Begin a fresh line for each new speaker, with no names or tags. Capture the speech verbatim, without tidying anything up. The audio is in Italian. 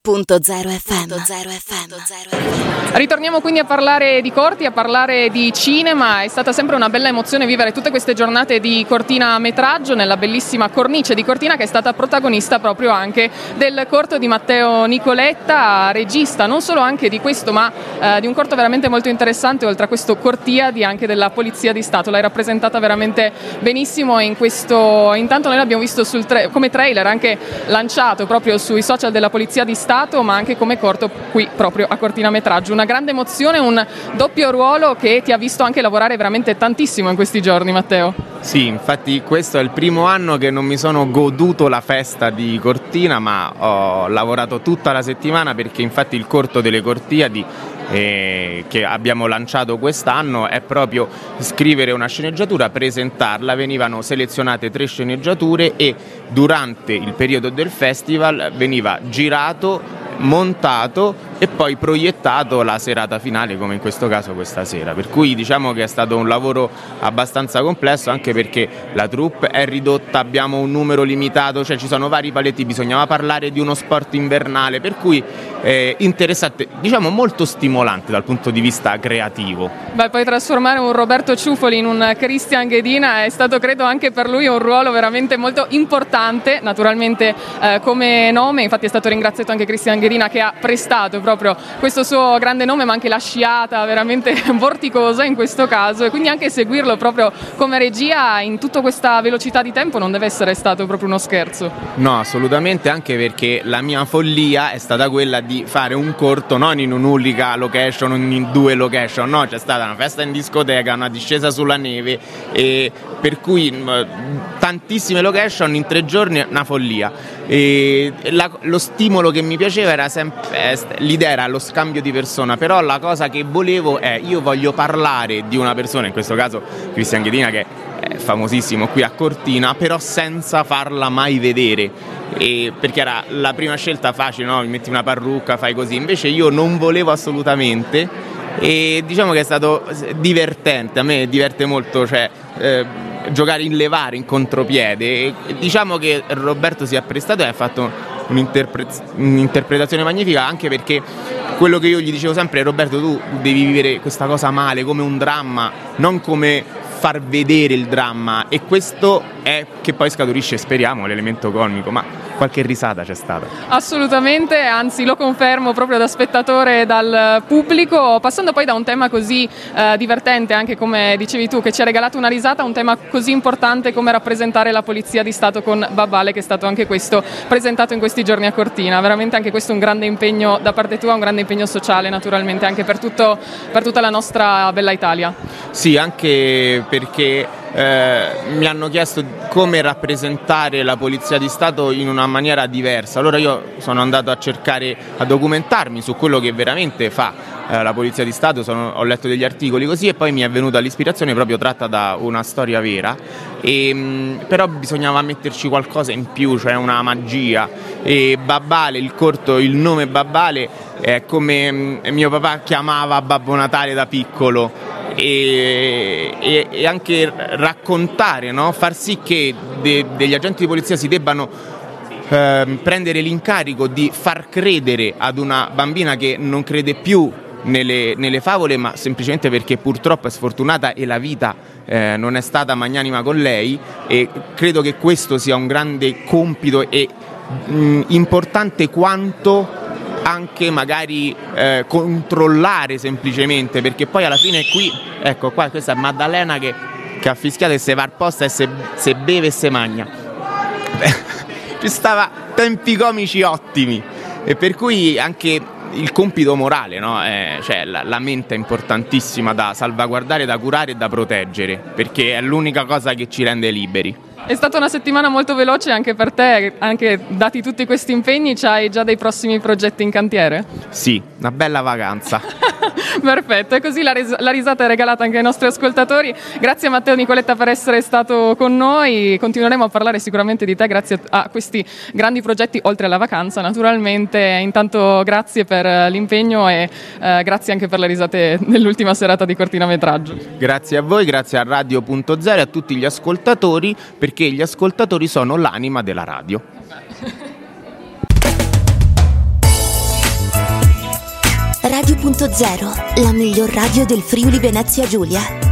Punto zero F M.
Ritorniamo quindi a parlare di corti, a parlare di cinema. È stata sempre una bella emozione vivere tutte queste giornate di Cortina Metraggio nella bellissima cornice di Cortina, che è stata protagonista proprio anche del corto di Matteo Nicoletta, regista non solo anche di questo, ma eh, di un corto veramente molto interessante, oltre a questo Cortiadi anche della Polizia di Stato. L'hai rappresentata veramente benissimo in questo. Intanto noi l'abbiamo visto sul tra... come trailer anche lanciato proprio sui social della Polizia di Stato, ma anche come corto qui proprio a Cortina Metraggio. Una grande emozione, un doppio ruolo che ti ha visto anche lavorare veramente tantissimo in questi giorni, Matteo.
Sì, infatti questo è il primo anno che non mi sono goduto la festa di Cortina, ma ho lavorato tutta la settimana, perché infatti il corto delle Cortiadi eh, che abbiamo lanciato quest'anno è proprio scrivere una sceneggiatura, presentarla. Venivano selezionate tre sceneggiature e durante il periodo del festival veniva girato, montato e poi proiettato la serata finale, come in questo caso questa sera. Per cui diciamo che è stato un lavoro abbastanza complesso, anche perché la troupe è ridotta, abbiamo un numero limitato, cioè ci sono vari paletti, bisognava parlare di uno sport invernale, per cui eh, interessante, diciamo molto stimolante dal punto di vista creativo.
Beh, poi trasformare un Roberto Ciuffoli in un Christian Ghedina è stato, credo, anche per lui un ruolo veramente molto importante, naturalmente eh, come nome. Infatti è stato ringraziato anche Christian Ghedina, che ha prestato proprio questo suo grande nome, ma anche la sciata veramente vorticosa in questo caso, e quindi anche seguirlo proprio come regia in tutta questa velocità di tempo non deve essere stato proprio uno scherzo.
No, assolutamente, anche perché la mia follia è stata quella di fare un corto non in un'unica location, in due location, no, c'è stata una festa in discoteca, una discesa sulla neve, e per cui mh, tantissime location in tre giorni, una follia. E la, lo stimolo che mi piaceva era sempre, l'idea era lo scambio di persona, però la cosa che volevo è, io voglio parlare di una persona, in questo caso Christian Ghedina, che è famosissimo qui a Cortina, però senza farla mai vedere, e perché era la prima scelta facile, no? Mi metti una parrucca, fai così. Invece io non volevo assolutamente, e diciamo che è stato divertente, a me diverte molto, cioè eh, giocare in levare, in contropiede, e diciamo che Roberto si è prestato e ha fatto un'interpre- un'interpretazione magnifica, anche perché quello che io gli dicevo sempre: Roberto, tu devi vivere questa cosa male, come un dramma, non come far vedere il dramma, e questo è che poi scaturisce, speriamo, l'elemento comico, ma qualche risata c'è stata.
Assolutamente, anzi lo confermo proprio da spettatore e dal pubblico. Passando poi da un tema così eh, divertente, anche come dicevi tu, che ci ha regalato una risata, un tema così importante come rappresentare la Polizia di Stato con Babale, che è stato anche questo presentato in questi giorni a Cortina. Veramente anche questo un grande impegno da parte tua, un grande impegno sociale naturalmente anche per, tutto, per tutta la nostra bella Italia.
Sì, anche perché eh, mi hanno chiesto come rappresentare la Polizia di Stato in una maniera diversa. Allora io sono andato a cercare, a documentarmi su quello che veramente fa eh, la Polizia di Stato, sono, ho letto degli articoli così, e poi mi è venuta l'ispirazione proprio tratta da una storia vera, e, mh, però bisognava metterci qualcosa in più, cioè una magia. E Babale, il corto, il nome Babale è come mh, mio papà chiamava Babbo Natale da piccolo. E, e, e anche raccontare, no? Far sì che de, degli agenti di polizia si debbano eh, prendere l'incarico di far credere ad una bambina che non crede più nelle, nelle favole, ma semplicemente perché purtroppo è sfortunata e la vita eh, non è stata magnanima con lei, e credo che questo sia un grande compito e mh, importante quanto anche magari eh, controllare semplicemente, perché poi alla fine qui, ecco qua, questa è Maddalena che, che ha fischiato e se va apposta e se, se beve e se magna. Ci stava tempi comici ottimi, e per cui anche il compito morale, no? eh, cioè la, la mente è importantissima da salvaguardare, da curare e da proteggere, perché è l'unica cosa che ci rende liberi.
È stata una settimana molto veloce anche per te, anche dati tutti questi impegni. C'hai già dei prossimi progetti in cantiere?
Sì, una bella vacanza.
Perfetto, e così la, ris- la risata è regalata anche ai nostri ascoltatori. Grazie a Matteo Nicoletta per essere stato con noi, continueremo a parlare sicuramente di te grazie a questi grandi progetti, oltre alla vacanza naturalmente. Intanto grazie per l'impegno e eh, grazie anche per le risate nell'ultima serata di Cortina Metraggio.
Grazie a voi, grazie a Radio Punto Zero e a tutti gli ascoltatori, perché gli ascoltatori sono l'anima della radio.
Radio punto zero, la miglior radio del Friuli Venezia Giulia.